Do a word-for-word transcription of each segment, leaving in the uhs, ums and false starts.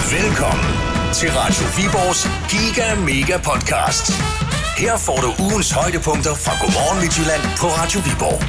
Velkommen til Radio Viborgs Giga Mega Podcast. Her får du ugens højdepunkter fra Godmorgen Midtjylland på Radio Viborg.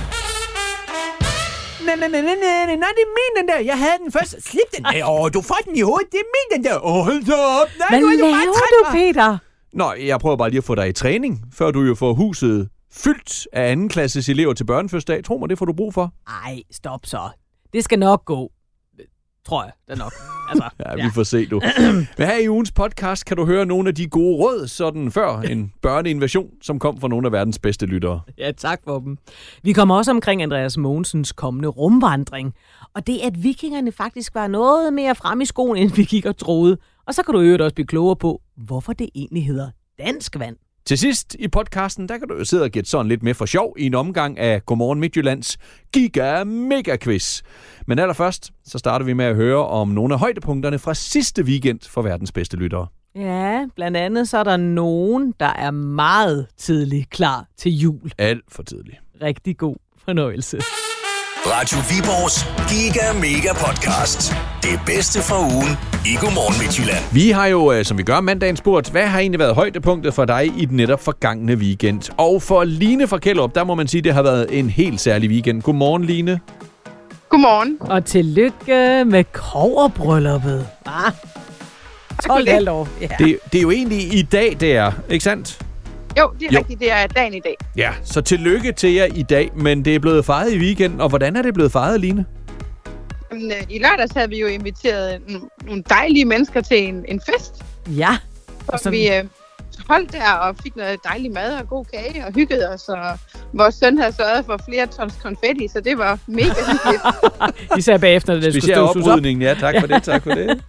Nej, nej, nej, nej, nej, nej, det er min den der. Jeg havde den først. Slip den der. Åh, du får den i hovedet. Det er min den der. Åh, hold da op. Nej, Hvad nu er laver bare du, Peter? Nå, jeg prøver bare lige at få dig i træning, før du jo får huset fyldt af anden klasses elever til børnefødselsdag. Tro mig, det får du brug for. Ej, stop så. Det skal nok gå. Tror jeg, det er nok. Altså, ja, vi får se, du. Men her i ugens podcast kan du høre nogle af de gode råd, sådan før en børneinvasion, som kom fra nogle af verdens bedste lyttere. Ja, tak for dem. Vi kommer også omkring Andreas Mogensens kommende rumvandring. Og det, at vikingerne faktisk var noget mere frem i skoen, end vi gik og troede. Og så kan du øvrigt også blive klogere på, hvorfor det egentlig hedder dansk vand. Til sidst i podcasten, der kan du jo sidde og gætte sådan lidt med for sjov i en omgang af Godmorgen Midtjyllands Giga Mega Quiz. Men allerførst, så starter vi med at høre om nogle af højdepunkterne fra sidste weekend for verdens bedste lyttere. Ja, blandt andet så er der nogen, der er meget tidligt klar til jul. Alt for tidligt. Rigtig god fornøjelse. Radio Viborgs Giga Mega Podcast. Det bedste fra ugen i Godmorgen Midtjylland. Vi har jo, som vi gør mandagen, spurgt, hvad har egentlig været højdepunktet for dig i den netop forgangne weekend? Og for Line fra Kjellerup, der må man sige, det har været en helt særlig weekend. Godmorgen, Line. Godmorgen. Og tillykke med kobberbrylluppet. Ah, tolv komma fem år. Ja. Det, det er jo egentlig i dag, det er, ikke sandt? Jo, det er Jo. rigtigt. Det er dagen i dag. Ja, så tillykke til jer i dag, men det er blevet fejret i weekenden. Og hvordan er det blevet fejret, Line? Jamen, øh, I lørdags havde vi jo inviteret n- nogle dejlige mennesker til en, en fest. Ja. Og så- vi øh, holdt der og fik noget dejlig mad og god kage og hyggede os. Og vores søn havde sørget for flere tons konfetti, så det var mega hyggeligt. Især bagefter, det skulle Specielt støvsuges op. oprydningen, ja. Tak for det, tak for det.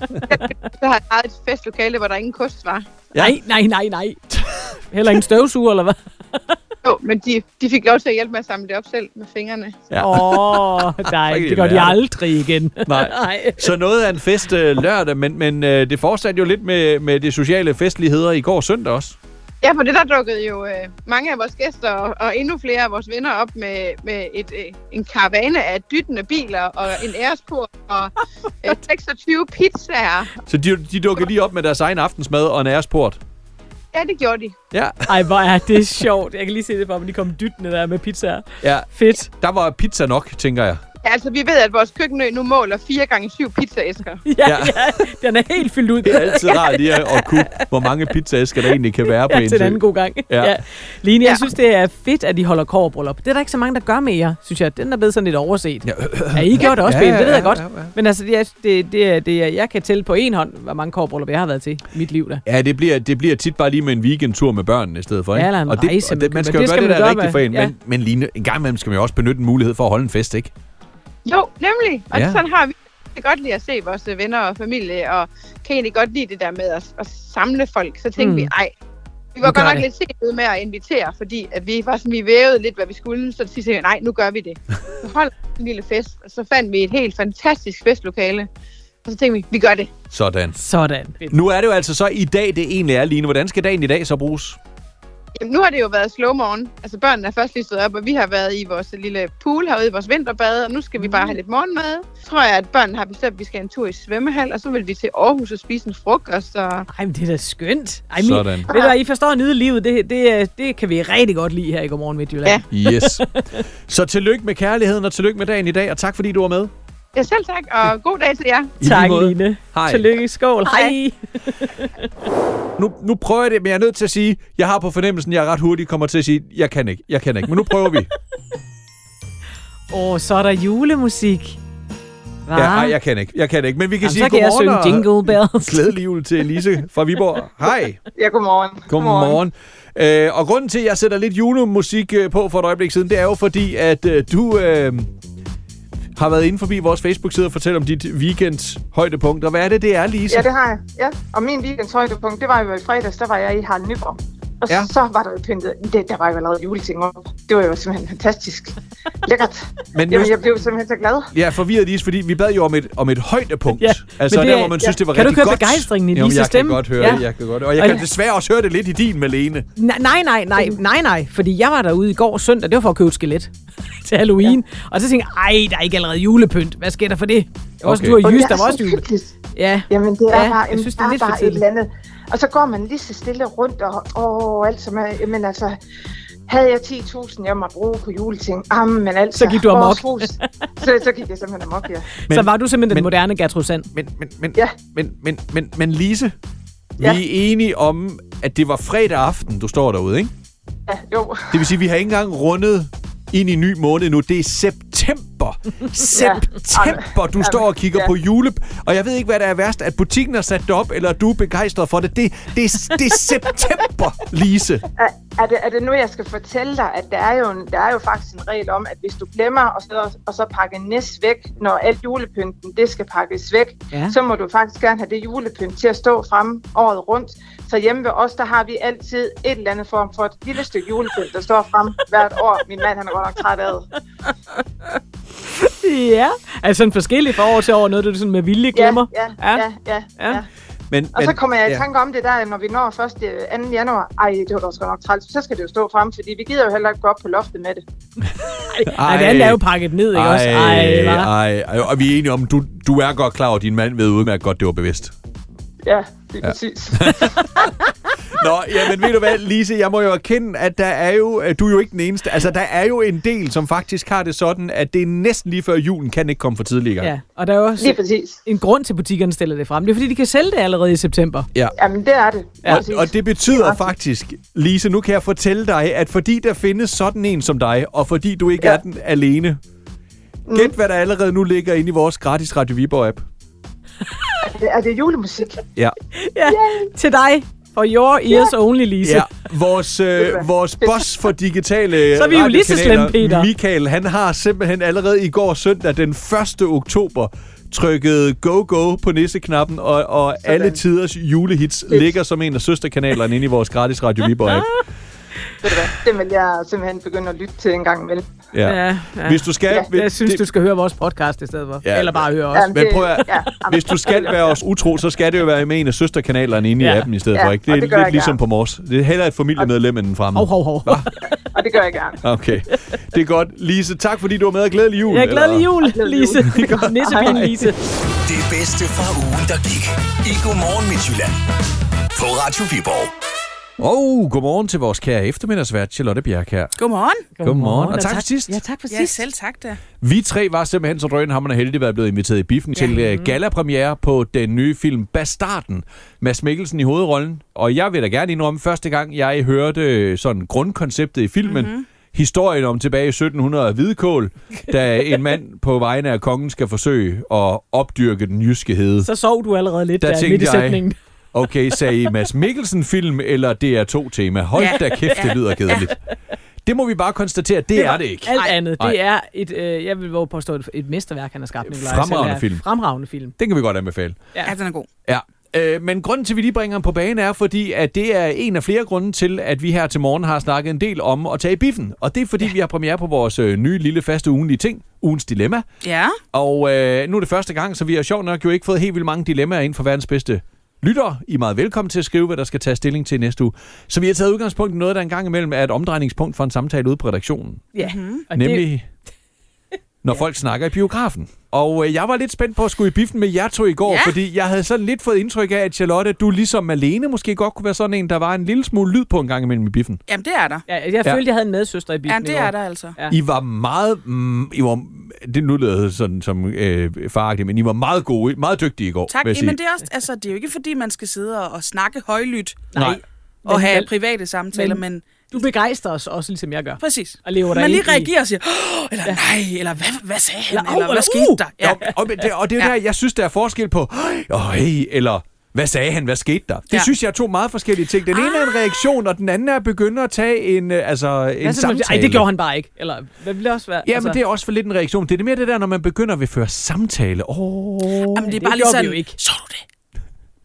Så har jeg ejet et festlokale, hvor der ingen kost var. Ja. Nej, nej, nej, nej. Heller ingen støvsuger, eller hvad? Jo, men de, de fik lov til at hjælpe med at samle det op selv med fingrene. Ja. Åh, oh, nej, Rigtig det gør de lært. aldrig igen. Nej. Nej. Så noget af en fest øh, lørdag, men, men øh, det fortsatte jo lidt med, med de sociale festligheder i går søndag også. Ja, for det der dukkede jo øh, mange af vores gæster og, og endnu flere af vores venner op med, med et, øh, en karavane af dyttende biler og en æresport og øh, seksogtyve pizzaer. Så de, de dukkede lige op med deres egen aftensmad og en æresport. Ja, det gjorde de. Ja, Ej, hvor er det sjovt. Jeg kan lige se det for mig, de kom dyttende der med pizzaer. ja. Fedt. Der var pizza nok, tænker jeg. Ja, altså, vi ved, at vores køkkenø nu måler fire gange syv pizzaæsker. Ja, Ja. ja. Den er helt fyldt ud. Det er altid rart lige at at kunne, hvor mange pizzaæsker der egentlig kan være på Ja, en til en tid. anden god gang. Ja. Ja. Line, jeg Ja. synes, det er fedt, at de holder kobberbryllup. Det er der ikke så mange, der gør mere, synes jeg. Den er blevet sådan lidt overset. Ja. Ja, I gjorde det også, Ja, Ben. Det ved ja, jeg godt. ja, ja. Men altså, det er, det, det er, det er, jeg kan tælle på en hånd, hvor mange kobberbryllup jeg har været til i mit liv da. Ja, det bliver, det bliver tit bare lige med en weekendtur med børnene i stedet for, ikke? Ja, eller en og det, rejse, og det, men man skal det jo skal gøre det, man der er gøre rigtigt med- for en. ja. Men, men Line, en gang imellem skal man jo også benytte en mulighed for at holde en fest, ikke? Jo, nemlig. Og Ja. ja. sådan har vi det godt lide at se vores venner og familie, og kan egentlig godt lide det der med at, at samle folk. Så tænkte Mm. mm. vi, ej, vi var Nu gør godt nok det. lidt sent ude med at invitere, fordi at vi var sådan, vi vævede lidt, hvad vi skulle, så til sidst nej, nu gør vi det. Så holdt en lille fest, og så fandt vi et helt fantastisk festlokale, og så tænkte vi, vi gør det. Sådan. Sådan. Fedt. Nu er det jo altså så i dag, det egentlig er, Line. Hvordan skal dagen i dag så bruges? Jamen, nu har det jo været slow morgen. Altså, børnene er først lige stået op, og vi har været i vores lille pool herude i vores vinterbade, og nu skal vi bare have lidt morgenmad. Så tror jeg, at børnene har bestemt, at vi skal have en tur i svømmehal, og så vil vi til Aarhus og spise en frokost. Og... Ej, men det er da skønt. Ej, min, Sådan. ved du hvad, I forstår at nyde livet. Det, det, det kan vi rigtig godt lide her i Godmorgen Midtjylland. Ja. Yes. Så tillykke med kærligheden, og tillykke med dagen i dag, og tak fordi du var med. Ja, selv tak, og god dag til jer. I lige Tak, måde. Line. Hej. Tillykke. Skål. Hej. Hej. Nu, nu prøver jeg det, men jeg er nødt til at sige, jeg har på fornemmelsen, jeg er ret hurtigt kommer til at sige, jeg kan ikke, jeg kan ikke. Men nu prøver vi. Åh, så er der julemusik. Hva? Ja, nej, jeg kan ikke, jeg kan ikke. Men vi kan Jamen, sige så kan jeg godmorgen synge Jingle Bells. og glædelig jul til Lise fra Viborg. Hej. Ja, godmorgen. Godmorgen. Øh, og grunden til, at jeg sætter lidt julemusik øh, på for et øjeblik siden, det er jo fordi, at øh, du øh, har været inde forbi vores Facebook-side og fortælle om dit weekends højdepunkt. Og hvad er det, det er, Lise? Ja, det har jeg. Ja. Og min weekends højdepunkt, det var jo i fredags, der var jeg i Harald Nyborg. Og Ja. ja. så var der jo pyntet. Det, der var jo allerede juleting op. Det var jo simpelthen fantastisk. Lækkert. Men Jamen, just- jeg blev simpelthen så glad. Ja, forvirret lige, fordi vi bad jo om et, om et højdepunkt. Ja, altså men det der, er- hvor man ja. synes, det var Kan du rigtig høre godt. begejstringen i Jamen, Lises jeg stemme? kan godt høre Ja. det, jeg kan godt. Og jeg Og kan jeg- desværre også høre det lidt i din, Malene. Nej, nej, nej, nej, nej, nej, fordi jeg var derude i går søndag, det var for at købe et skelet til Halloween, ja. Og så tænkte jeg, ej, der er ikke allerede julepynt, hvad sker der for det? Det var også Okay. du og Og Jys, det der er var så også jule. hyggeligt. Ja, Jamen, det er Ja, bare, jeg jamen, synes, det der er lidt for bare et tidligt. eller andet. Og så går man lige så stille rundt, og åh, alt som er, men altså, havde jeg ti tusind, jeg måtte bruge på juleting, jamen altså, Så gik du amok. vores hus, så, så gik jeg simpelthen amok, ja. Men- så var du simpelthen den men- moderne Gertrud Sand. Men, men, men, Ja. men, men, men, men Lise, Ja. vi er enige om, at det var fredag aften, du står derude, ikke? Ja, jo. Det vil sige, at vi har ikke engang rundet ind i ny måned nu. Det er september. September, du står og kigger Ja. på jule... Og jeg ved ikke, hvad der er værst, at butikken har sat det op, eller at du er begejstret for det. Det, det, er, det er september, Lise. Er, er, det, er det nu, jeg skal fortælle dig, at der er, jo en, der er jo faktisk en regel om, at hvis du glemmer og så, og så pakke næs væk, når alt julepynten det skal pakkes væk, Ja. så må du faktisk gerne have det julepynt til at stå fremme året rundt. Så hjemme ved os, der har vi altid et eller andet form for et lille stykke julepynt, der står frem hvert år. Min mand, han er godt nok træt af det. Ja, altså en forskellig fra år til år, noget du sådan med vilje glemmer. Ja, ja, ja, ja, Ja. ja. Men, Og så kommer jeg i ja. tanke om det der, når vi når først anden januar. Ej, det var da også godt nok træls. Så skal det jo stå frem, fordi vi gider jo heller ikke gå op på loftet med det. Ej, det andet er jo pakket ned, ikke også? Ej, hva? ej, ej, og vi er enige om, du, du er godt klar over, at din mand ved udmærket godt, det var bevidst. Ja, det er ja. præcis. Nå, ja, men ved du hvad, Lise, jeg må jo erkende, at der er jo, at du er jo ikke den eneste. Altså, der er jo en del, som faktisk har det sådan, at det er næsten lige før julen kan ikke komme for tidlig i gang. Ja, og der er jo også Lige præcis. en grund til, at butikkerne stiller det frem. Det er, fordi de kan sælge det allerede i september. Jamen, det er det. Ja. Præcis. Og det betyder faktisk, Lise, nu kan jeg fortælle dig, at fordi der findes sådan en som dig, og fordi du ikke ja. Ja. er den alene, gæt hvad der allerede nu ligger inde i vores gratis Radio Viborg-app. Er det, er det julemusik? Ja. Ja, til dig. For your ears only, Lise. Ja, vores, øh, vores boss for digitale Så er vi jo lige så slemme, Peter. Michael, han har simpelthen allerede i går søndag den første oktober trykket go-go på nisseknappen, og, og alle tiders julehits ligger som en af søsterkanalerne inde i vores gratis Radio Viborg-app. Ved du hvad? Det vil jeg simpelthen begynde at lytte til en gang imellem. Ja. Ja, ja. Hvis du skal... Ja, Jeg synes, det, du skal høre vores podcast i stedet for. Ja. Eller bare høre os. Jamen, Men det- prøv at, ja, jamen, hvis du skal være os utro, så skal det jo være med en af søsterkanalerne inde i Ja. appen i stedet Ja, for, ikke? Det og er det gør lidt jeg ligesom gerne. på Mors. Det er heller et familiemedlem end en fremmed. Hov, hov, hov. Og det gør jeg gerne. Okay, det er godt. Lise, tak fordi du var med, og glædelig jul. Ja, glædelig jul, Glædelig Lise. jul. Nissepigen, Lise. Det bedste fra ugen, der gik. I Godmorgen Midtjylland. På Radio Viborg. Og godmorgen til vores kære eftermiddagsvært, Charlotte Bjerg her. Godmorgen. Godmorgen, og tak for sidst. Ja, tak for Ja, sidst. selv tak da. Vi tre var simpelthen så drønhamrende heldige, at blevet inviteret i biffen ja. til uh, gala-premiere på den nye film Bastarden. Mads Mikkelsen i hovedrollen. Og jeg vil da gerne indrømme, første gang jeg hørte sådan grundkonceptet i filmen, mm-hmm. historien om tilbage i sytten hundrede hvidkål, da en mand på vegne af kongen skal forsøge at opdyrke den jyske hede. Så sov du allerede lidt Der der, tænkte midt i jeg- sætningen. Okay, sagde I Mads Mikkelsen-film eller D R to-tema? Hold Ja. da kæft, det lyder kedeligt. Det må vi bare konstatere, det er det ikke. Alt andet, Nej. det er et, øh, jeg vil våge påstå, et, et mesterværk, han har skabt. Nikolaj. Fremragende Så, film. Fremragende film. Den kan vi godt anbefale. Ja, den er god. Ja. Øh, men grunden til, at vi lige bringer ham på banen, er, fordi at det er en af flere grunde til, at vi her til morgen har snakket en del om at tage i biffen. Og det er, fordi ja. vi har premiere på vores øh, nye lille faste ugenlige ting, ugens dilemma. Ja. Og øh, nu er det første gang, så vi har sjovt nok jo ikke fået helt vildt mange dilemmaer ind for verdens bedste lyttere. I er meget velkommen til at skrive, hvad der skal tage stilling til næste uge. Så vi har taget udgangspunkt i noget, der engang imellem er et omdrejningspunkt for en samtale ude på redaktionen. Ja. Mm-hmm. Og Nemlig, når folk snakker i biografen. Og øh, jeg var lidt spændt på at skulle i biffen med jer to i går, Ja. fordi jeg havde sådan lidt fået indtryk af, at Charlotte, du ligesom Malene måske godt kunne være sådan en, der var en lille smule lyd på en gang imellem i biffen. Jamen, det er der. Ja, jeg følte, jeg havde en medsøster i biffen. Jamen, det i går. er der altså. Ja. I var meget... Mm, I var, det nu lyder sådan som øh, faragtigt, men I var meget gode, meget dygtige i går. Tak. vil jeg sige. Jamen, det er, også, altså, det er jo ikke, fordi man skal sidde og, og snakke højlydt Nej. og Men- have men- private samtaler, men- men, Du begejstrer os også, ligesom jeg gør. præcis. Og lever dig Man lige ind i- reagerer og siger, oh, eller ja. nej, eller hvad, hvad sagde han, Eller, eller, au, hvad eller, skete uh. der? Ja. Og, og, det, og det er jo Ja. der, jeg synes, der er forskel på, åh, hey, eller hvad sagde han, hvad skete der? Det Ja. synes jeg er to meget forskellige ting. Den ene er en reaktion, og den anden er at begynde at tage en, øh, altså, en Hvad så, samtale. Ej, det gjorde han bare ikke. Eller, hvad ville det også være? Ja, altså, men det er også for lidt en reaktion. Det er det mere det der, når man begynder ved at føre samtale. Åh, oh, Jamen, det er det bare lige gjorde vi sådan, jo ikke. så du det?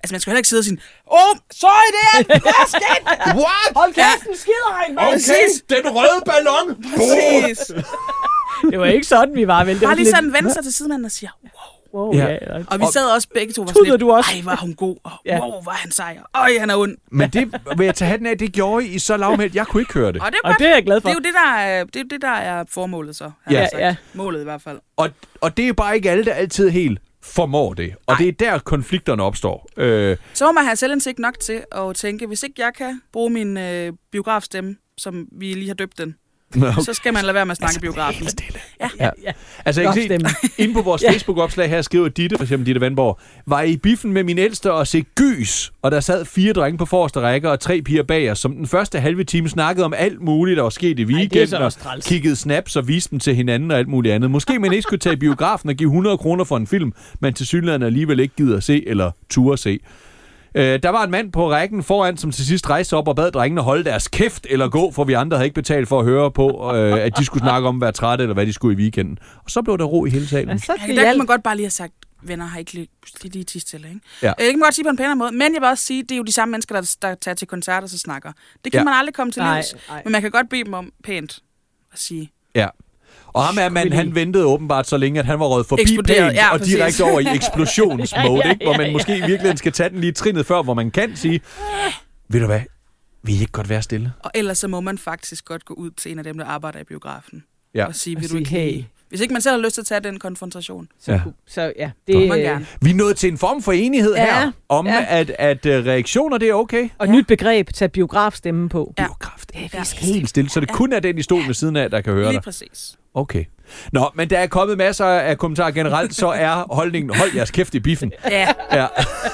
Altså, man skal heller ikke sidde og sige, åh, oh, sorry, det er en basket! What? Hold kæft, en skideregn, mand! Okay, den røde ballon. Præcis. Det var ikke sådan, vi var, vel? Det var Bare lige lidt- sådan vende sig til sidemanden og siger, wow. Wow, Ja. ja. Ja, Og vi sad også begge to og var Tuder sådan lidt, du også? ej, var hun god, og Ja. wow, var han sej, og øj, han er ond. Men det vil jeg tage hatten af, det gjorde I i så lavmældt. Jeg kunne ikke høre det. Og det er, Og godt. det er jeg glad for. Det er jo det, der er, det er, det, der er formålet så. Ja. Ja, Ja. Målet i hvert fald. Og, og det er jo bare ikke alle, der altid helt formår det. Og Nej. det er der, konflikterne opstår. Øh, Så må man have selvindsigt nok til at tænke, hvis ikke jeg kan bruge min øh, biografstemme, som vi lige har døbt den, okay. så skal man lade være med at snakke biografen. Helt stille. Ja. Ja. Ja. Altså, jeg kan se, Stemme. inde på vores Ja. Facebook-opslag her skriver Ditte, for eksempel Ditte Vandborg, var I biffen med min ældste og se Gys, og der sad fire drenge på forreste række og tre piger bag os, som den første halve time snakkede om alt muligt, der var sket i det er weekenden, så og også træls. kiggede snaps og viste dem til hinanden og alt muligt andet. Måske man ikke skulle tage i biografen og give hundrede kroner for en film, man til synligheden alligevel ikke gider at se eller turde se. Øh, der var en mand på rækken foran, som til sidst rejste op og bad drengene holde deres kæft eller gå, for vi andre havde ikke betalt for at høre på, øh, at de skulle snakke om at være trætte eller hvad de skulle i weekenden. Og så blev der ro i hele salen. Men så Ja, det der kunne hjælp. man godt bare lige have sagt, venner har ikke lige, lige, lige tis til, ikke? Ja. Øh, Det kan man godt sige på en pænere måde, men jeg vil også sige, det er jo de samme mennesker, der, der tager til koncerter og så snakker. Det kan Ja. man aldrig komme til Nej, livs, nej. men man kan godt bede dem om pænt at sige, Ja. Og ham er man, han ventede åbenbart så længe, at han var røget forbi Eksploderet, pænt ja, og præcis. direkte over i eksplosionsmode, Ja, ja, ikke? Hvor man ja, ja. måske i virkeligheden skal tage den lige trinnet før, hvor man kan sige, ved du hvad, vil I ikke godt være stille? og ellers så må man faktisk godt gå ud til en af dem, der arbejder i biografen, Ja. og sige, Og vil du sige, ikke hey. lige... Hvis ikke man selv har lyst til at tage den konfrontation, Så, Ja. ja. så ja, det må det man er gerne. Vi er nået til en form for enighed Ja, her, om ja. at, at uh, reaktioner, det er okay. Og nyt begreb, tag biografstemmen på. Ja. Biograf, det er Ja. vist helt stille, så det kun er den i stolen ved siden af, der kan høre Lige dig. præcis. Okay. Nå, men der er kommet masser af kommentarer generelt, så er holdningen, hold jeres kæft i biffen. Ja, Ja.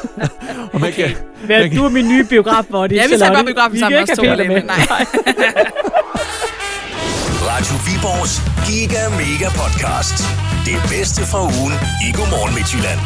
Og man kan, Men du er min nye biografbuddy. ja vi tager godt biografen sammen også to. Peter med. Nej. Radio Viborgs Giga Mega Podcast. Det bedste fra ugen i Godmorgen Midtjylland.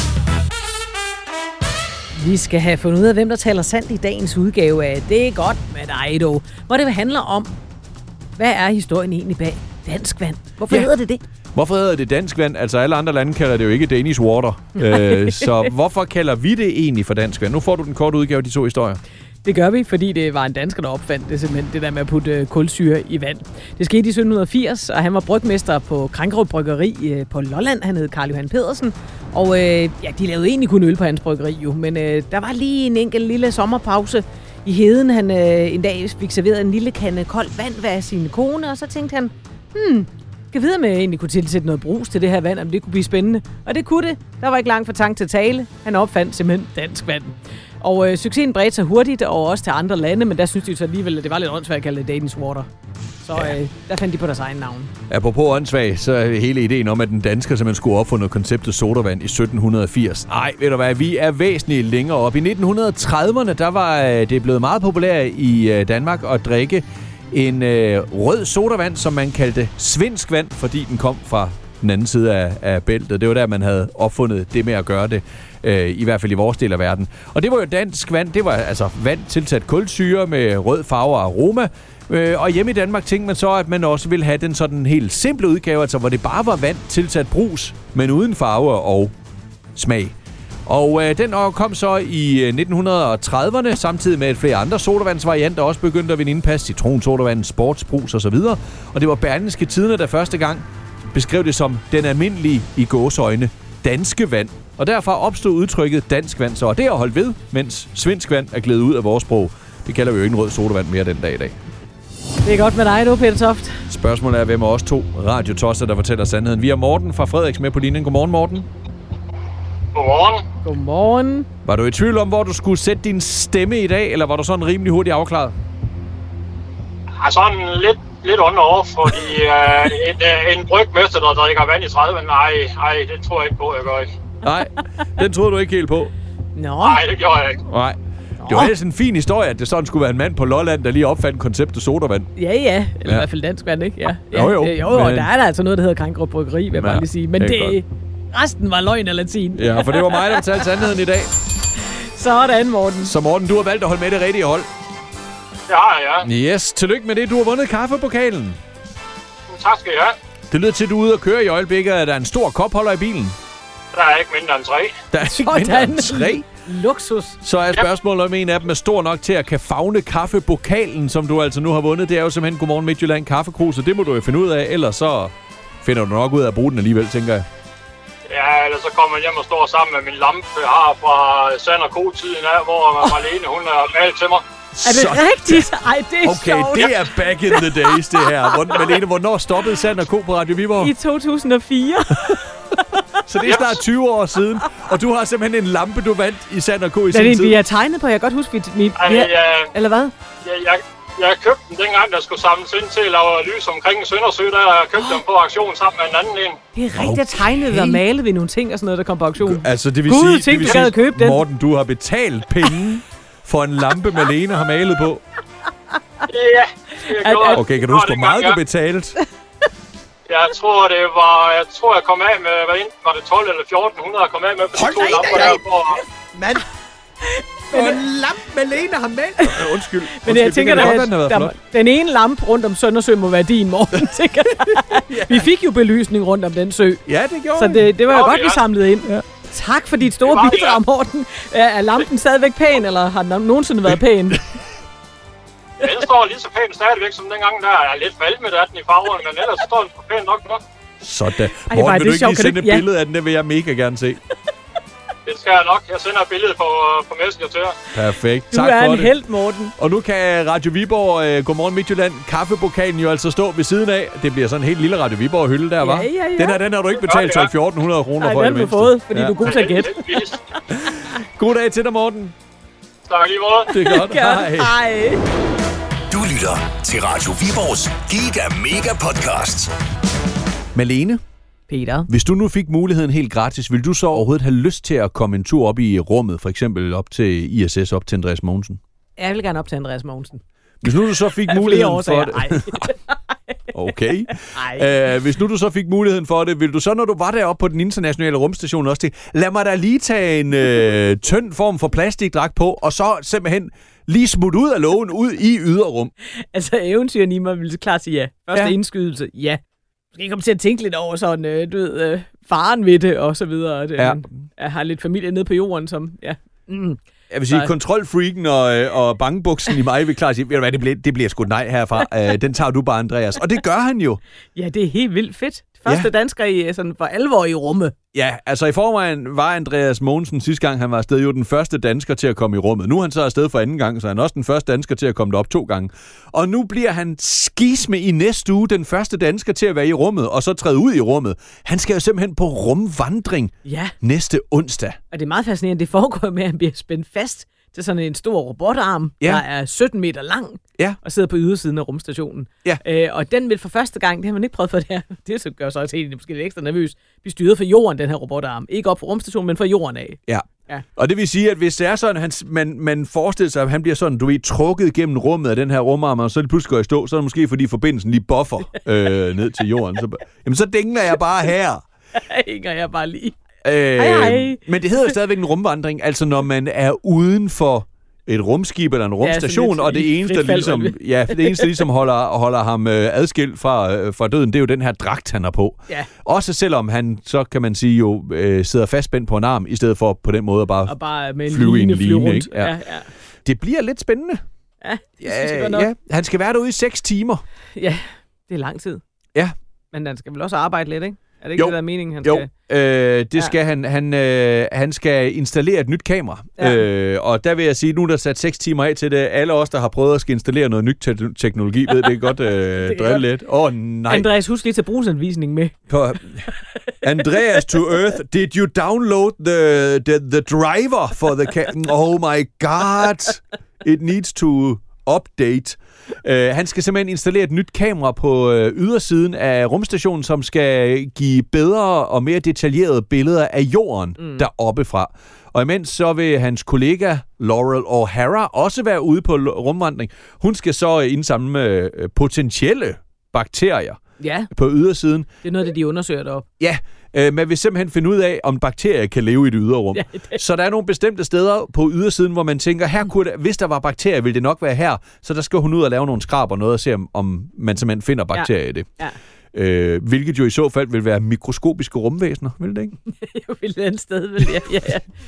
Vi skal have fundet ud af, hvem der taler sandt i dagens udgave af Det er godt med dig, dog. Hvor det handler om, hvad er historien egentlig bag dansk vand? Hvorfor Ja. hedder det det? Hvorfor hedder det dansk vand? Altså alle andre lande kalder det jo ikke Danish water. øh, så hvorfor kalder vi det egentlig for dansk vand? Nu får du den korte udgave af de to historier. Det gør vi, fordi det var en dansker, der opfandt det simpelthen, det der med at putte øh, kulsyre i vand. Det skete i sytten firs, og han var brygmester på Krankerup Bryggeri øh, på Lolland. Han hed Karl Johan Pedersen, og øh, ja, de lavede egentlig kun øl på hans bryggeri jo, men øh, der var lige en enkelt lille sommerpause i heden. Han øh, en dag fik serveret en lille kande koldt vand af sin kone, og så tænkte han, hmm, kan vide, om jeg egentlig kunne tilsætte noget brus til det her vand, om det kunne blive spændende. Og det kunne det. Der var ikke langt fra tank til tale. Han opfandt simpelthen dansk vand. Og øh, succesen bredte sig hurtigt, og også til andre lande, men der synes de så alligevel, at det var lidt åndssvagt at kalde det Danish water. Så øh, der fandt de på deres egen navn. Apropos åndssvag, så er hele ideen om, at den dansker simpelthen skulle opfundet konceptet sodavand i sytten firs. Nej, ved du hvad, vi er væsentligt længere op. I nitten trediverne, der var øh, det blevet meget populært i øh, Danmark at drikke en øh, rød sodavand, som man kaldte svensk vand, fordi den kom fra den anden side af, af bæltet. Det var der, man havde opfundet det med at gøre det, øh, i hvert fald i vores del af verden. Og det var jo dansk vand, det var altså vand tilsat kulsyre med rød farve og aroma. Øh, og hjemme i Danmark tænkte man så, at man også ville have den sådan helt simple udgave, altså hvor det bare var vand tilsat brus, men uden farve og smag. Og øh, den kom så i nitten trediverne, samtidig med, at flere andre sodavandsvarianter også begyndte at vinde indpas, citronsodavand, sportsbrus osv. Og det var Berlingske Tidende, der første gang beskrev det som den almindelige, i gåseøjne, danske vand. Og derfor opstod udtrykket dansk vand så, og det er holdt ved, mens svensk vand er glædet ud af vores sprog. Det kalder vi jo ikke en rød sodavand mere den dag i dag. Det er godt med dig, du, Peter Toft. Spørgsmålet er, hvem er os to radiotosser, der fortæller sandheden. Vi har Morten fra Frederiks med på linjen. Godmorgen, Morten. Godmorgen. Godmorgen. Var du i tvivl om, hvor du skulle sætte din stemme i dag, eller var du sådan rimelig hurtigt afklaret? Jeg er sådan lidt, lidt under over, fordi øh, en, øh, en brygmester, der drikker vand i tredive, nej, nej, det tror jeg ikke på, jeg gør ikke. Nej, den troede du ikke helt på. Nå, Nej, det gjorde jeg ikke. Nej. Det var ellers en fin historie, at det sådan skulle være en mand på Lolland, der lige opfandt konceptet sodavand. ja, ja. Eller Ja. i hvert fald dansk vand, ikke? Ja. Jo, jo. Ja, jo, og Men- der er der altså noget, der hedder Krankerup Bryggeri, vil jeg Ja, bare lige sige. Men det er det, resten var løgn og latin. Ja, for det var mig, der fortalte sandheden i dag. Sådan, Morten. Så Morten, du har valgt at holde med det rigtige hold. Ja, ja. Yes, tillykke med det. Du har vundet kaffepokalen. Tak skal I have. Det lyder til, at du er ude og køre i øjeblikket, at der er en stor kopholder i bilen. Der er ikke mindre end tre. Der er ikke mindre end Sådan. tre. Luksus. Så er spørgsmålet, om en af dem er stor nok til at kan favne kaffebokalen, som du altså nu har vundet. Det er jo simpelthen Godmorgen Midtjylland kaffekrus, så det må du jo finde ud af. Ellers så finder du nok ud af at bruge den alligevel, tænker jeg. Ja, eller så kommer jeg hjem og står sammen med min lampe, jeg har fra Sand og Co-tiden af, hvor Marlene, hun er malet til mig. Er det så rigtigt? Ej, det er okay, sjovt. Okay, det er back in the days, det her. Hvor, Marlene, hvornår stoppede Sand og Co på Radio Viborg? I to tusind og fire. Så det er snart tyve år siden, og du har simpelthen en lampe, du vandt i Sand og Co i sin tid. tid. Vi har tegnet på, jeg kan godt huske, vi... vi Ej, vi har, ja, eller hvad? Ja, jeg, jeg købte den dengang, der skulle samles ind til at lave lys omkring Søndersø, der jeg købte oh. den på auktion sammen med en anden en. Det er rigtigt, okay. Tegnet og malet ved nogle ting og sådan noget, der kom på auktion. Altså, det vil Gud, sige, tænk, det vil du sige købe den. Morten, du har betalt penge for en lampe, Marlene har malet på. Ja, det er okay, kan du huske, hvor meget du betalte? Jeg tror, det var... Jeg tror, jeg kom af med... Hvad enten var det tolv eller fjorten hundrede, jeg kom af med på de to lamper der. Mand! Men en lampe, Marlene har med. Uh, undskyld. Men jeg tænker, at der, der, den ene lampe rundt om Søndersø må være din, Morten, tænker jeg. Vi fik jo belysning rundt om den sø. Ja, det gjorde Så det, det var jo Nå, godt, ja. vi samlede ind. Ja. Tak for dit store bidrag, Morten. Er, er lampen stadigvæk pæn, eller har den nogensinde været pæn? Ja, den står lige så pænt stadigvæk, som dengang der er lidt valgmet af den i farverne, men ellers står den for pænt nok nok. Sådan. Ej, Morten, vil du ikke sjovt, lige sende et ja. billede af den? Det vil jeg mega gerne se. Det skal jeg nok. Jeg sender et billede på, på Messenger til jer. Perfekt. Du Tak er for en det. helt, Morten. Og nu kan Radio Viborg, uh, Godmorgen Midtjylland, kaffebokalen jo altså stå ved siden af. Det bliver sådan en helt lille Radio Viborg-hylde der, var. Ja, ja, ja. Den her, den har du ikke betalt tolv til fjorten hundrede kroner Ej, for. den har du fået, fordi ja. du er god til at gætte. God dag til dig, Morten. Tak lige måde. Det er godt. Hej. Hej. Du lytter til Radio Viborgs Giga Mega Podcast. Malene, Peter. hvis du nu fik muligheden helt gratis, vil du så overhovedet have lyst til at komme en tur op i rummet, for eksempel op til I S S, op til Andreas Mogensen? Jeg vil gerne op til Andreas Mogensen. Hvis nu du så fik muligheden for det... Okay. Uh, hvis nu du så fik muligheden for det, vil du så, når du var deroppe på den internationale rumstation, også til, lad mig da lige tage en øh, tynd form for plastikdragt på, og så simpelthen lige smutte ud af lågen, ud i yderrum? Altså, eventyren i mig ville klart sige ja. Første Ja. indskydelse, ja. Måske komme til at tænke lidt over sådan, øh, du ved, øh, faren ved det, og så videre. Det, Ja. Jeg har lidt familie nede på jorden, som, ja. Mm. Jeg vil sige, Nej. kontrolfreaken og, øh, og bangebuksen i mig vil klart sige, ved du hvad, det bliver, det bliver sgu et nej herfra. Uh, den tager du bare, Andreas. Og det gør han jo. Ja, det er helt vildt fedt. Første Ja. dansker i sådan for alvor i rummet. Ja, altså i forvejen var Andreas Mogensen sidste gang, han var afsted, jo den første dansker til at komme i rummet. Nu er han så afsted for anden gang, så han er også den første dansker til at komme derop to gange. Og nu bliver han skisme i næste uge den første dansker til at være i rummet, og så træde ud i rummet. Han skal jo simpelthen på rumvandring Ja, næste onsdag. og det er meget fascinerende. Det foregår med, at han bliver spændt fast til sådan en stor robotarm, Ja. der er sytten meter lang, Ja. og sidder på ydersiden af rumstationen. Ja. Øh, og den vil for første gang, det har man ikke prøvet før, det her, det så gør så også helt måske lidt ekstra nervøs, blive styret fra jorden, den her robotarm. Ikke op fra rumstationen, men fra jorden af. Ja. Ja. Og det vil sige, at hvis det er sådan, han, man, man forestiller sig, at han bliver sådan, du ved, trukket gennem rummet af den her rumarm, og så er det pludselig går i stå, så er det måske, fordi forbindelsen lige buffer øh, ned til jorden. Så, jamen, så dingler jeg bare her. Hænger jeg bare lige. Øh, Hej, hej. Men det hedder jo stadigvæk en rumvandring, altså når man er uden for et rumskib eller en rumstation, lidt og det i eneste, frit der fald, ligesom, vel? ja, det eneste, der ligesom holder, holder ham øh, adskilt fra, øh, fra døden, det er jo den her dragt, han har på. Ja. Også selvom han, så kan man sige, jo øh, sidder fastspændt på en arm, i stedet for på den måde at bare, Og bare med en flyve i en line flyve line, rundt. ikke? Ja. Ja, ja. Det bliver lidt spændende. Ja, det synes jeg godt nok. ja. Han skal være derude i seks timer. Ja, det er lang tid. Ja. Men han skal vel også arbejde lidt, ikke? Er det ikke Jo. det, der er meningen, han Jo, skal? øh, det Ja. skal han. Han, øh, han skal installere et nyt kamera. Ja. Øh, og der vil jeg sige, nu er der sat seks timer af til det. Alle os, der har prøvet at skal installere noget nyt te- teknologi, ved det er godt øh, godt. drille lidt. Åh, oh, nej. Andreas, husk lige til brugsanvisning med. På Andreas to Earth, did you download the, the, the driver for the ca- Oh my god. It needs to update. Uh, han skal simpelthen installere et nyt kamera på uh, ydersiden af rumstationen, som skal give bedre og mere detaljerede billeder af jorden mm. deroppe fra. Og imens så vil hans kollega Laurel O'Hara også være ude på rumvandring. Hun skal så indsamle uh, potentielle bakterier Ja, på ydersiden. det er noget, det de undersøger deroppe. Ja, øh, man vil simpelthen finde ud af, om bakterier kan leve i et yderrum. Ja, det- Så der er nogle bestemte steder på ydersiden, hvor man tænker, her kunne det, hvis der var bakterier, ville det nok være her. Så der skal hun ud og lave nogle skrab og noget og se, om, om man simpelthen finder bakterier ja. i det. Ja. Øh, hvilket jo i så fald vil være mikroskopiske rumvæsener, vil det ikke? Jo, et eller andet sted, vel? Ja, ja, ja.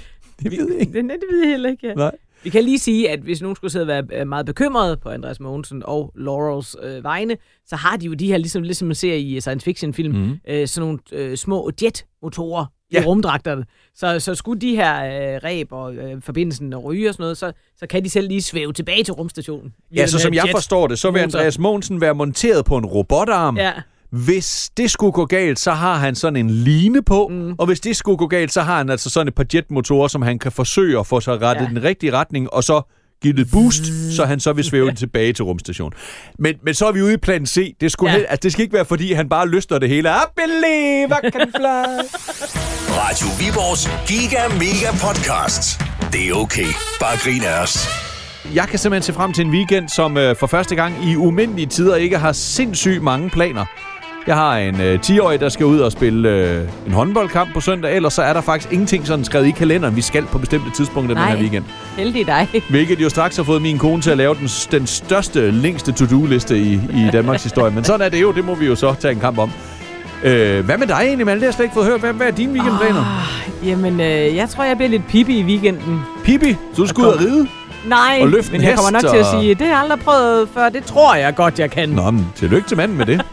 Jeg ved ikke. Det, det ved jeg heller ikke, ja. Nej. Vi kan lige sige, at hvis nogen skulle sidde og være meget bekymrede på Andreas Mogensen og Laurels øh, vegne, så har de jo de her, ligesom, ligesom man ser i science fiction film, mm. øh, sådan nogle øh, små jetmotorer ja. i rumdragterne. Så, så skulle de her øh, ræb og øh, forbindelsen og ryge og sådan noget, så, så kan de selv lige svæve tilbage til rumstationen. Ja, så som jeg forstår det, så vil Andreas Mogensen være monteret på en robotarm. Ja. Hvis det skulle gå galt, så har han sådan en line på, mm. og hvis det skulle gå galt, så har han altså sådan et par jetmotorer, som han kan forsøge at få sig rettet ja. i den rigtige retning, og så give det et boost, så han så vil svæve ja. tilbage til rumstationen. Men, men så er vi ude i plan C. Det, skulle ja. helt, altså, det skal ikke være, fordi han bare lyster det hele. I believe I can fly. Radio Viborgs Giga Mega Podcast. Det er okay. Bare grin af os. Jeg kan simpelthen se frem til en weekend, som øh, for første gang i umindelige tider ikke har sindssygt mange planer. Jeg har en øh, ti-årig, der skal ud og spille øh, en håndboldkamp på søndag, ellers så er der faktisk ingenting sådan skrevet i kalenderen, vi skal på bestemte tidspunkter den her weekend. Heldig dig. Hvilket jo straks har fået min kone til at lave den, den største, længste to-do-liste i, i Danmarks historie. Men sådan er det jo, det må vi jo så tage en kamp om. Øh, hvad med dig egentlig, Malte? Det har jeg slet ikke fået hørt. Hvad, hvad er dine weekendplaner? Oh, jamen, øh, jeg tror, jeg bliver lidt pipi i weekenden. Pipi? Så du skal ud og ride? Nej, og løfte men jeg kommer nok og... til at sige, det har jeg aldrig prøvet før, det tror jeg godt, jeg kan. Nå, men tillykke til manden med det.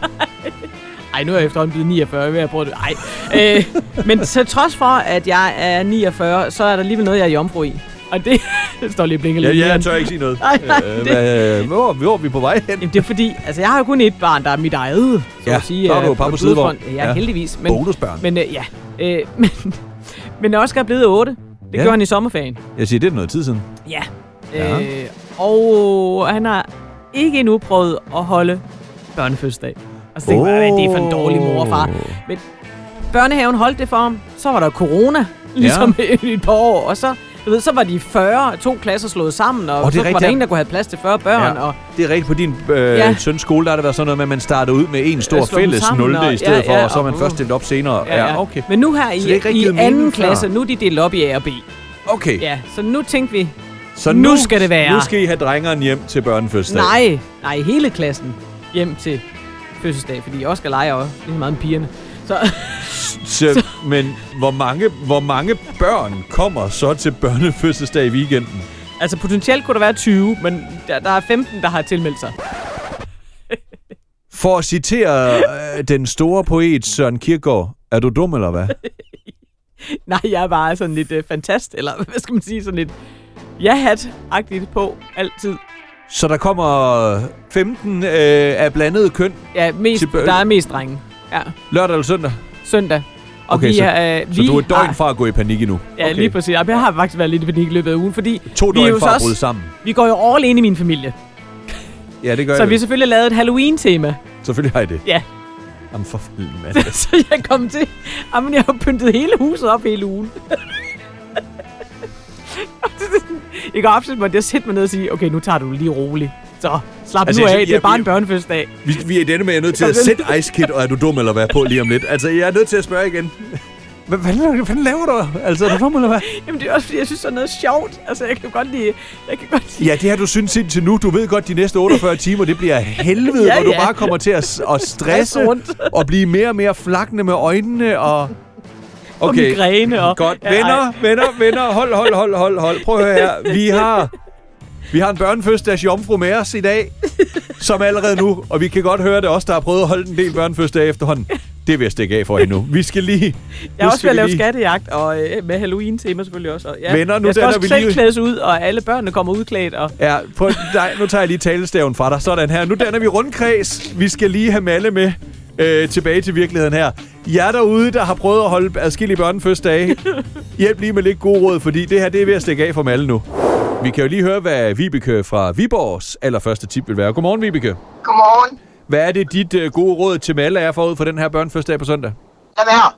Ej, nu er jeg efterhånden blevet niogfyrre, jeg vil have prøvet det. Ej. øh, men til trods for, at jeg er niogfyrre, så er der alligevel noget, jeg er jomfru i. Og det, det står lige og blinker lidt. Ja, ja, jeg tør ikke sige noget. Nej, nej, øh, hvad, hvor, hvor er vi på vej hen? Jamen, det er fordi, altså jeg har jo kun et barn, der er mit eget. Så ja, at sige, så er du jo bare på sidevogn. Ja, ja, heldigvis. Men, bonusbørn. Men øh, ja, øh, men, men Oscar er blevet otte. Det ja. gjorde han i sommerferien. Jeg siger, det er noget tid siden. Ja. ja. Øh, og han har ikke endnu prøvet at holde børnefødselsdag. Og så tænkte jeg, oh. det er for en dårlig mor og far. Men børnehaven holdt det for ham. Så var der corona, ligesom ja. i et par år. Og så, du ved, så var de fyrre, to klasser slået sammen. Og oh, så var der en, der kunne have plads til fyrre børn. Ja. Og det er rigtigt. På din øh, ja. søns skole, der har det været sådan noget med, at man startede ud med en stor fælles nul i stedet ja, ja, for, og så er man og, først delt op senere. Ja, ja. Okay. Men nu her i, i anden klasse, nu er de delt op i A og B. Okay. Ja, så nu tænkte vi, så nu, nu skal det være. Nu skal I have drengeren hjem til børnefødselsdag. Nej, nej, hele klassen hjem til fødselsdag, fordi Oscar leger også lige meget med pigerne. Så, så, men hvor mange, hvor mange børn kommer så til børnefødselsdag i weekenden? Altså potentielt kunne der være tyve, men der, der er femten, der har tilmeldt sig. For at citere øh, den store poet Søren Kierkegaard, er du dum eller hvad? Nej, jeg er bare sådan lidt øh, fantast, eller hvad skal man sige, sådan lidt ja-hat-agtigt på altid. Så der kommer femten øh, af blandede køn? Ja, mest, der er mest drenge. Ja. Lørdag eller søndag? Søndag. Og okay, vi så, er, øh, så du er et døgn har... fra at gå i panik endnu? Ja, okay. lige præcis. Jeg har faktisk været lidt i panik i løbet af ugen, fordi... To døgn fra at bryde sammen? Vi går jo all in i min familie. Ja, det gør så jeg. vi har selvfølgelig lavet et Halloween-tema. Selvfølgelig har I det? Ja. Jamen for fanden, mand. Så jeg kom til... Jamen, jeg har pyntet hele huset op hele ugen. Jeg går op til mig, jeg sætter mig ned og siger, okay, nu tager du lige roligt. Så slap altså, nu af, det er bare en børnefødselsdag. Vi, vi er i denne med, jeg er nødt til at sætte Ice Kid, og er du dum eller hvad på lige om lidt. Altså, jeg er nødt til at spørge igen. Hvad, hvad, hvad fanden laver du? Altså, er du dum eller hvad? Jamen, det er også fordi, jeg synes, det er noget sjovt. Altså, jeg kan godt lide... Jeg kan godt lide... Ja, det har du syntes indtil nu. Du ved godt, de næste otteogfyrre timer, det bliver helvede, ja, hvor du ja. bare kommer til at, at stresse og blive mere og mere flakkende med øjnene og... Okay, og migræne og... Godt. Ja, venner, venner, venner. Hold, hold, hold, hold, hold. Prøv at høre her. Vi har... Vi har en børnefødselsdags jomfru med os i dag, som allerede nu, og vi kan godt høre det også, der har prøvet at holde en del børnefødselsdag efterhånden. Det vil jeg stikke af for endnu. Vi skal lige... Jeg er også ved at lave lige... skattejagt, og øh, med Halloween-tema selvfølgelig også. Og, ja, Venner, nu jeg skal også vi selv lige... klædes ud, og alle børnene kommer udklædt. Og... Ja, prøv, nej, nu tager jeg lige talestaven fra dig. Sådan her. Nu danner vi rundkreds. Vi skal lige have Malle med øh, tilbage til virkeligheden her. Jer derude, der har prøvet at holde adskillige børnefødselsdage, hjælp lige med lidt gode råd, fordi det her, det er ved at stikke af for Malle nu. Vi kan jo lige høre, hvad Vibeke fra Viborgs allerførste tip vil være. Godmorgen, Vibeke. Godmorgen. Hvad er det, dit uh, gode råd til Malle er forud for den her børnefødselsdag på søndag? Lad være.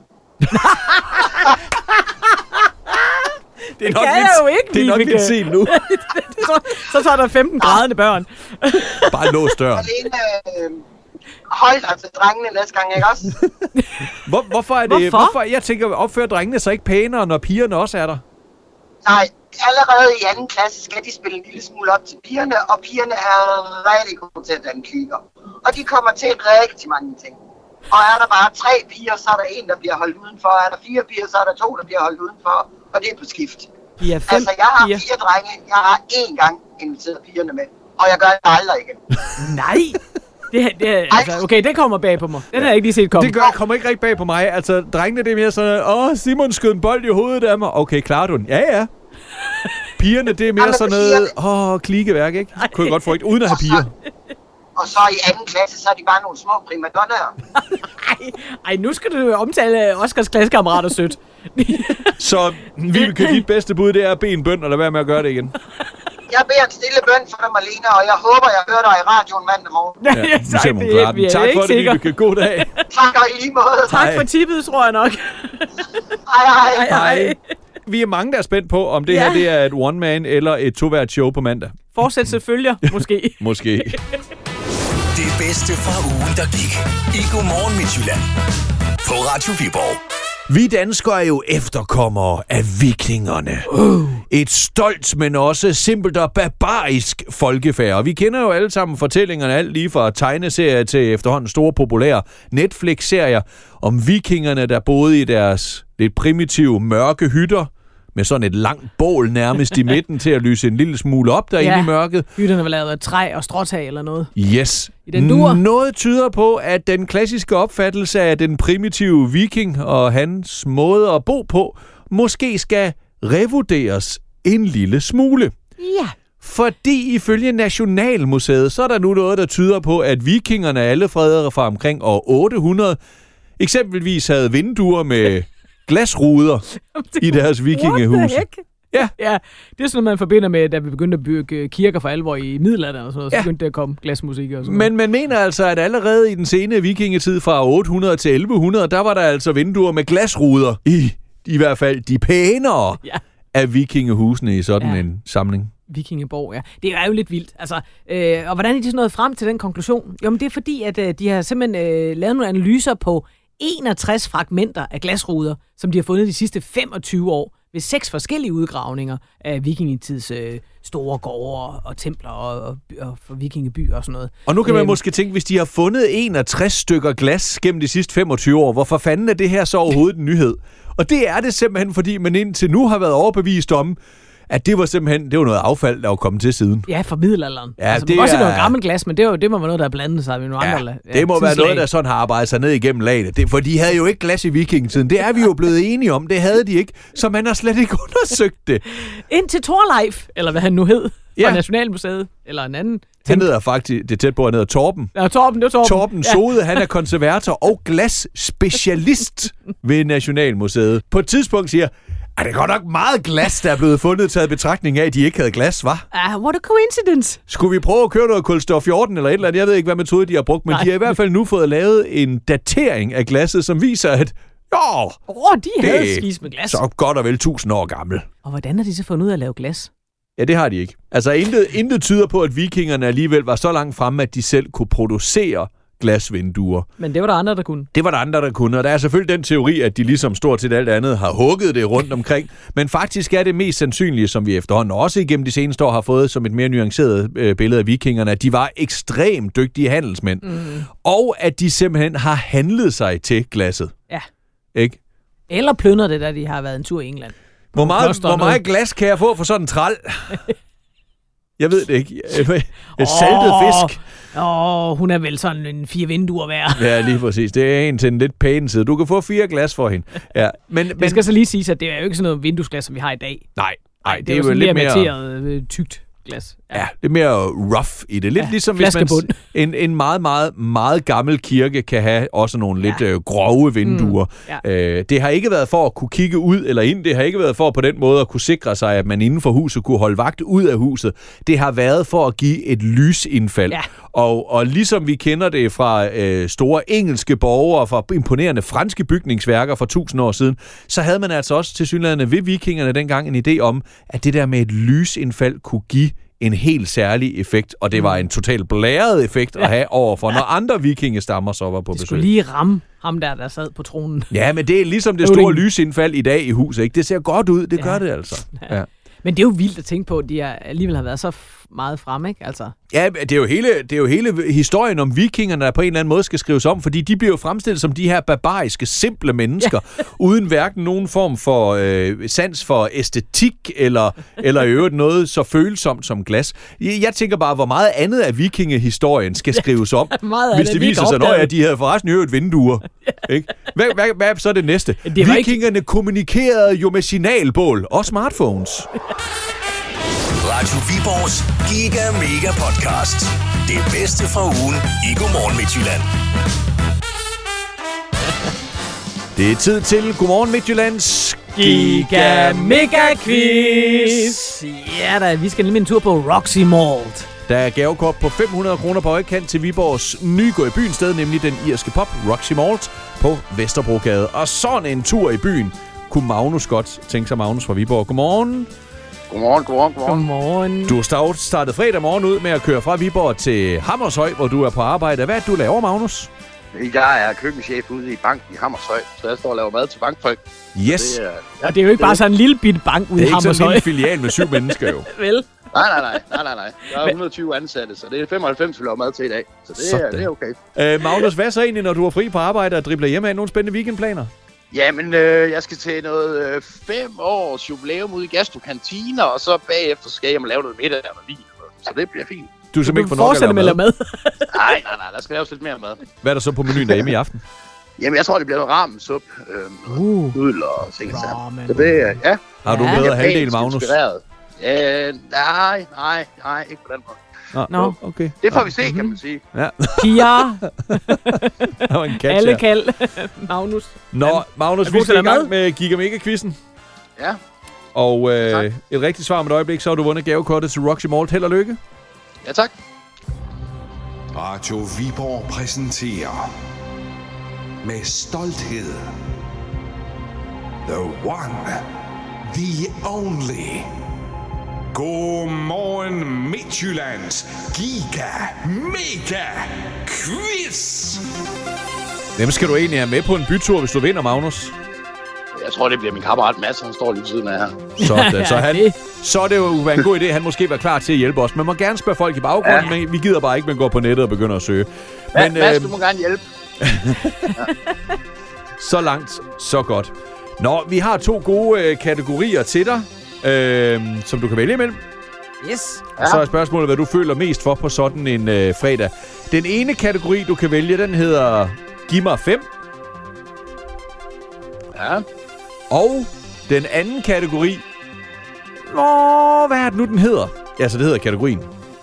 det er nok lidt, jo ikke, det er nok lidt sent nu. så, så tager der femten gradende børn. Bare lås døren. Alene, øh, hold dig til drengene næste gang, ikke også? Hvor, hvorfor er det? Hvorfor? hvorfor? Jeg tænker, opfører drengene sig ikke pænere, når pigerne også er der? Nej, allerede i anden klasse skal de spille en lille smule op til pigerne, og pigerne er rigtig gode til at danne klikker. Og de kommer til rigtig mange ting. Og er der bare tre piger, så er der en, der bliver holdt udenfor. Er der fire piger, så er der to, der bliver holdt udenfor. Og det er på skift. Vi er fem Altså, jeg har piger. fire drenge. Jeg har én gang inviteret pigerne med. Og jeg gør det aldrig igen. Nej! Det, det, altså, okay, det kommer bag på mig. Den har jeg ikke lige set komme. Det gør, kommer ikke rigtig bag på mig. Altså, drengene, det er mere sådan, åh, Simon skød en bold i hovedet af mig. Okay, klarer du den? Ja, ja. Pigerne, det er mere Jamen, sådan noget, åh, klikkeværk, ikke? Kunne jeg godt få et, uden at have piger. Og så i anden klasse, så er de bare nogle små primadonnaer. Ej, ej, nu skal du omtale Oscars klassekammerater sødt. Så Vibeke, dit bedste bud, det er at bede en bøn, og lade være med at gøre det igen. Jeg beder en stille bøn for dig, Malene, og jeg håber, jeg hører dig i radioen mandag morgen. Ja, Ja, tak, Simon det er- Klarten. vi er Tak ikke for det, sikre. Vibeke. God dag. Tak og i lige måde. Tak Hej. for tippet, tror jeg nok. Hej, hej. Hej. Vi er mange, der er spændt på, om det Ja. her det er et one-man eller et to-vært show på mandag. Fortsæt følger, måske. Måske. Det bedste fra ugen, der gik. I Godmorgen Midtjylland. På Radio Viborg. Vi danskere er jo efterkommere af vikingerne. Uh. Et stolt, men også simpelt og barbarisk folkefærd. Og vi kender jo alle sammen fortællingerne, alt lige fra tegneserier til efterhånden store populære Netflix-serier om vikingerne, der boede i deres lidt primitive mørke hytter, med sådan et langt bål nærmest i midten til at lyse en lille smule op derinde Ja. i mørket. Hytterne var lavet af træ og stråtag eller noget. Yes. I den dur. Noget tyder på, at den klassiske opfattelse af den primitive viking og hans måde at bo på, måske skal revurderes en lille smule. Ja. Fordi ifølge Nationalmuseet, så er der nu noget, der tyder på, at vikingerne allerede fra omkring år otte hundrede eksempelvis havde vinduer med glasruder i deres vikingehuse. What the heck? Ja. Ja, det er sådan noget, man forbinder med, da vi begyndte at bygge kirker for alvor i middelalderen og sådan noget. Så Ja. begyndte det at komme glasmusik og sådan noget. Men man mener altså, at allerede i den sene vikingetid fra otte hundrede til elleve hundrede, der var der altså vinduer med glasruder i i hvert fald de pænere Ja. af vikingehusene i sådan Ja. en samling. Vikingeborg, ja. Det er jo lidt vildt. Altså, øh, og hvordan er de så nået frem til den konklusion? Jo, men det er fordi, at øh, de har simpelthen øh, lavet nogle analyser på enogtres fragmenter af glasruder, som de har fundet de sidste femogtyve år ved seks forskellige udgravninger af vikingetids øh, store gårde og templer og, og, og for vikingebyer og sådan noget. Og nu kan man Øhm. måske tænke, hvis de har fundet enogtres stykker glas gennem de sidste femogtyve år, hvorfor fanden er det her så overhovedet en nyhed? Og det er det simpelthen, fordi man indtil nu har været overbevist om, at det var simpelthen det var noget affald, der var kommet til siden. Ja, fra middelalderen. Ja, altså, det det også er- er noget gammelt glas, men det var, det var noget, der er blandet sig med nogle Ja, andre det må være tidslag. noget, der sådan har arbejdet sig ned igennem lagene. Det, for de havde jo ikke glas i vikingetiden. Det er vi jo blevet enige om. Det havde de ikke. Så man har slet ikke undersøgt det. Indtil Thorleif, eller hvad han nu hed, fra Ja. Nationalmuseet, eller en anden. Han hedder faktisk, det er tæt på, han hedder Torben. Ja, Torben, det var Torben. Torben Ja. Sode, han er konservator og glasspecialist ved Nationalmuseet. På et tidspunkt siger, at det er godt nok meget glas, der er blevet fundet, taget i betragtning af, at de ikke havde glas, var. Ah, what a coincidence. Skulle vi prøve at køre noget kulstof fjorten eller et eller andet? Jeg ved ikke, hvad metode de har brugt, men Nej. de har i hvert fald nu fået lavet en datering af glasset, som viser, at jo, Åh, oh, de Det havde er skis med glas. så godt og vel tusind år gammel. Og hvordan har de så fundet ud af at lave glas? Ja, det har de ikke. Altså, intet, intet tyder på, at vikingerne alligevel var så langt fremme, at de selv kunne producere glasvinduer. Men det var der andre, der kunne. Det var der andre, der kunne, og der er selvfølgelig den teori, at de ligesom stort set alt andet har hugget det rundt omkring. Men faktisk er det mest sandsynlige, som vi efterhånden også igennem de seneste år har fået som et mere nuanceret øh, billede af vikingerne, at de var ekstremt dygtige handelsmænd. Mm. Og at de simpelthen har handlet sig til glasset. Ja. Ikke? Eller plyndret det, da de har været en tur i England. Hvor meget, kloster og hvor meget glas kan jeg få for sådan en træl? Jeg ved det ikke. Saltet Åh. fisk. Åh, oh, hun er vel sådan en fire vinduer værd. Ja, lige præcis. Det er en til en lidt pæn side. Du kan få fire glas for hende. Ja. Men, Det men, skal så lige siges, at det er jo ikke sådan noget vinduesglas, som vi har i dag. nej, nej, det, det er er jo jo sådan lidt mere mere... materet, øh, tykt glas. Ja, det er mere rough i det. Lidt Ja, ligesom hvis man, flaskebund. en, en meget, meget, meget gammel kirke kan have også nogle lidt Ja. øh, grove vinduer. Mm, ja. øh, det har ikke været for at kunne kigge ud eller ind. Det har ikke været for på den måde at kunne sikre sig, at man inden for huset kunne holde vagt ud af huset. Det har været for at give et lysindfald. Ja. Og, og ligesom vi kender det fra øh, store engelske borgere og fra imponerende franske bygningsværker for tusind år siden, så havde man altså også tilsyneladende ved vikingerne dengang en idé om, at det der med et lysindfald kunne give en helt særlig effekt, og det var en totalt blæret effekt at have overfor, når andre vikingestammer så var på De besøg. skulle lige ramme ham der, der sad på tronen. Ja, men det er ligesom det Øvling. store lysindfald i dag i huset, ikke? Det ser godt ud, det Ja. gør det altså. Ja. Men det er jo vildt at tænke på, at de er, alligevel har været så f- meget frem, ikke? Altså. Ja, det er, jo hele, det er jo hele historien om vikingerne, der på en eller anden måde skal skrives om, fordi de bliver jo fremstillet som de her barbariske, simple mennesker, ja. uden hverken nogen form for øh, sans for æstetik, eller, eller i øvrigt noget så følsomt som glas. Jeg tænker bare, hvor meget andet af vikingehistorien skal skrives om, ja, hvis det viser sig, at de havde forresten øvrigt vinduer. Ja. Ikke? Hvad, hvad, hvad er så det næste? Det vikingerne ikke... kommunikerede jo med signalbål og smartphones. Radio Viborgs Giga Mega Podcast. Det bedste fra ugen i Godmorgen Midtjylland. Det er tid til Godmorgen Midtjyllands Giga Mega Quiz. Ja da, vi skal nemlig en tur på Roxy Malt. Der er gavekort på fem hundrede kroner på højkant til Viborgs nye gå i byen sted, nemlig den irske pop Roxy Malt på Vesterbrogade. Og sådan en tur i byen kunne Magnus godt tænke sig. Magnus fra Viborg. Godmorgen. Godmorgen, godmorgen, godmorgen. Godmorgen. Du har startet fredag morgen ud med at køre fra Viborg til Hammershøj, hvor du er på arbejde. Hvad er det, du laver, Magnus? Jeg er køkkenchef ude i banken i Hammershøj, så jeg står og laver mad til bankfolk. Yes. Det er, ja, og det er jo ikke det bare sådan en lille bitte bank ude i Hammershøj. Det er ikke sådan en lille filial med syv mennesker jo. Vel? Nej, nej, nej, nej, nej, nej. Jeg har et hundrede og tyve ansatte, så det er femoghalvfems, vi laver mad til i dag. Så det, er, det er okay. Øh, Magnus, hvad så egentlig, når du er fri på arbejde og dribler hjemme af nogle spændende weekendplaner? Jamen, øh, jeg skal til noget øh, fem års jubilæum ude i Gastro Kantiner, og så bagefter skal jeg lave noget middag og vin. Så det bliver fint. Du er simpelthen ikke for nok at lave mad? Nej, nej, nej, der skal laves lidt mere mad. Hvad er der så på menuen derhjemme i aften? Jamen, jeg tror, det bliver noget ramensup, øh, uh. nudler og ting og sager. Så det, ja. Har du ja. bedre halvdel, Magnus? Inspireret. Øh, nej, nej, nej, ikke på den måde. Nå, no, okay. Det får vi se, kan man sige. Ja. Pia. Der var en catch, alle kald. Magnus. Nå, Magnus, vi skal i gang med Giga Mega-quizzen. Ja. Og øh, et rigtigt svar om et øjeblik, så har du vundet gavekortet til Roxy Malt. Held og lykke. Ja, tak. Radio Viborg præsenterer med stolthed The One, The Only. Godmorgen Midtjyllands Giga Mega Quiz. Hvem skal du egentlig have med på en bytur, hvis du vinder, Magnus? Jeg tror, det bliver min kammerat Mads, han står lige ved siden af her. Så, så, han, så er det jo en god idé, han måske var klar til at hjælpe os. Man må gerne spørge folk i baggrunden, ja. Men vi gider bare ikke, man går på nettet og begynder at søge. Men, Mads, øh, du må gerne hjælpe. Ja. Så langt, så godt. Nå, vi har to gode øh, kategorier til dig, øh, som du kan vælge imellem. Yes. Og så er spørgsmålet, hvad du føler mest for på sådan en øh, fredag. Den ene kategori, du kan vælge, den hedder Giv mig fem. Ja. Og den anden kategori... Nå, hvad er det nu, den hedder? Ja, så det hedder kategorien.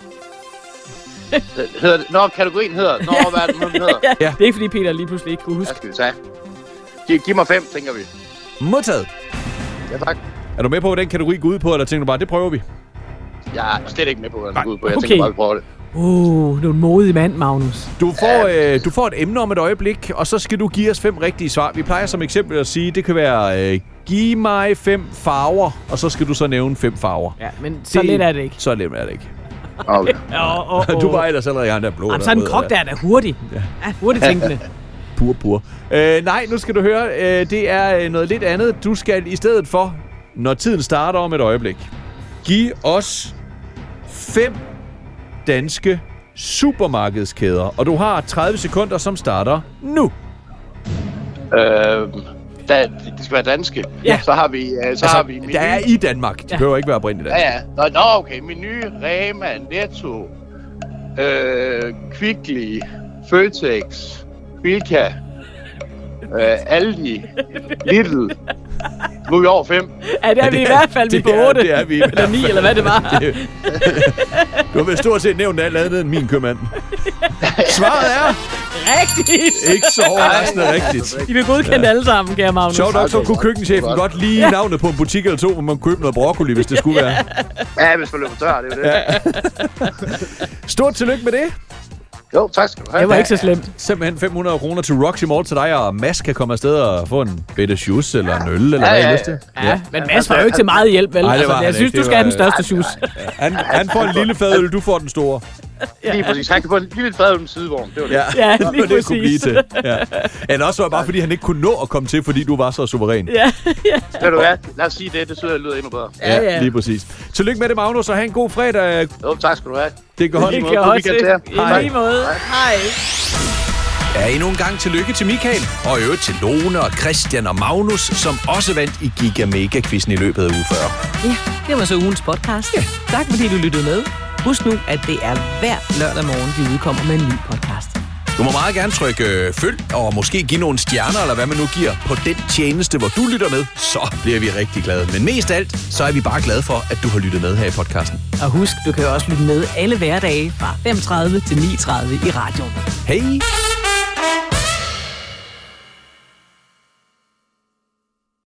Det hedder, nå, kategorien hedder... Nå, ja. Hvad er det nu, den hedder? Ja, ja. Det er ikke, fordi Peter lige pludselig ikke kunne huske. Ja, skal vi tage. Giv, giv mig fem, tænker vi. Modtaget. Ja, tak. Er du med på, hvad den kategori går ud på, eller tænker du bare, det prøver vi? Jeg er slet ikke med på, hvad den går ud på. Jeg okay. tænker bare, vi prøver det. Uh, du er en modig mand, Magnus. Du får, ja. øh, du får et emne om et øjeblik, og så skal du give os fem rigtige svar. Vi plejer som eksempel at sige, det kan være, øh, giv mig fem farver, og så skal du så nævne fem farver. Ja, men så det, let er det ikke. Så let er det ikke. Okay. oh, oh, oh. Du var ellers allerede i han der blå. Jamen, sådan en kok, der er da hurtig. Ja, ja hurtigt tænkende. Pur, pur. Øh, nej, nu skal du høre, øh, det er noget lidt andet. Du skal i stedet for, når tiden starter om et øjeblik, giv os fem danske supermarkedskæder. Og du har tredive sekunder, som starter nu. Øh, da, det skal være danske. Ja. Så har vi... Så altså, har vi der er i Danmark. De ja. behøver ikke være oprindeligt dansk. Ja, ja. Nå, nå, okay. Meny, Rema, Netto, øh, Kvickly, Føtex, Bilka, øh, Aldi, Lidl. Nu er vi over fem. Ja, det er ja, vi det er, i hvert fald. Vi er på otte. Det er vi i eller ni, eller hvad det var. Det, du har vel stort set nævnt alt andet end min købmand. Svaret er... rigtigt! Ikke så overraskende rigtigt. I vil godkende ja. alle sammen, kære Magnus. Sjovt nok, så kunne køkkenchefen godt, godt lige ja. navnet på en butik eller to, hvor man kunne købe noget broccoli, hvis det skulle være. Ja, hvis man løber tør, det er jo det. Ja. Stort tillykke med det. Jo, tak skal du have. Det var ikke så slemt. Simpelthen fem hundrede kroner til Roxy Malt til dig, og Mads kan komme afsted og få en bitte juice eller en øl, eller ja, hvad ja, I lyst til. Ja, ja, men Mads var jo ikke til meget hjælp, vel? Ej, altså, jeg synes, ikke. du skal have den største juice. Han, han får en lille fadøl, du får den store. Lige præcis. Han kan få en lille fadøl sidevogn. Det var det. Ja, Ja, det var lige det, det kunne blive præcis. til. Ja. Eller også var det bare, fordi han ikke kunne nå at komme til, fordi du var så suveræn. Ja, ja. Ved du hvad? Lad os sige det. Det synes jeg lyder endnu bedre. Ja, ja. Lige præcis. Tillykke med det, Magnus, og have en god fredag. Jo, tak skal du have. Det er godt. Det måde. kan God også weekend til jer. i Hej. lige måde. Hej. Ja, endnu en gang tillykke til Michael, og i øvrigt til Lone og Christian og Magnus, som også vandt i Giga Mega Quizzen i løbet af uge fyrre. Ja, det var så ugens podcast. Ja. Tak fordi du lyttede med. Husk nu, at det er hver lørdag morgen, vi udkommer med en ny podcast. Du må meget gerne trykke øh, følg, og måske give nogle stjerner, eller hvad man nu giver, på den tjeneste, hvor du lytter med. Så bliver vi rigtig glade. Men mest af alt, så er vi bare glade for, at du har lyttet med her i podcasten. Og husk, du kan jo også lytte med alle hverdage fra fem tredive til ni tredive i radioen. Hej!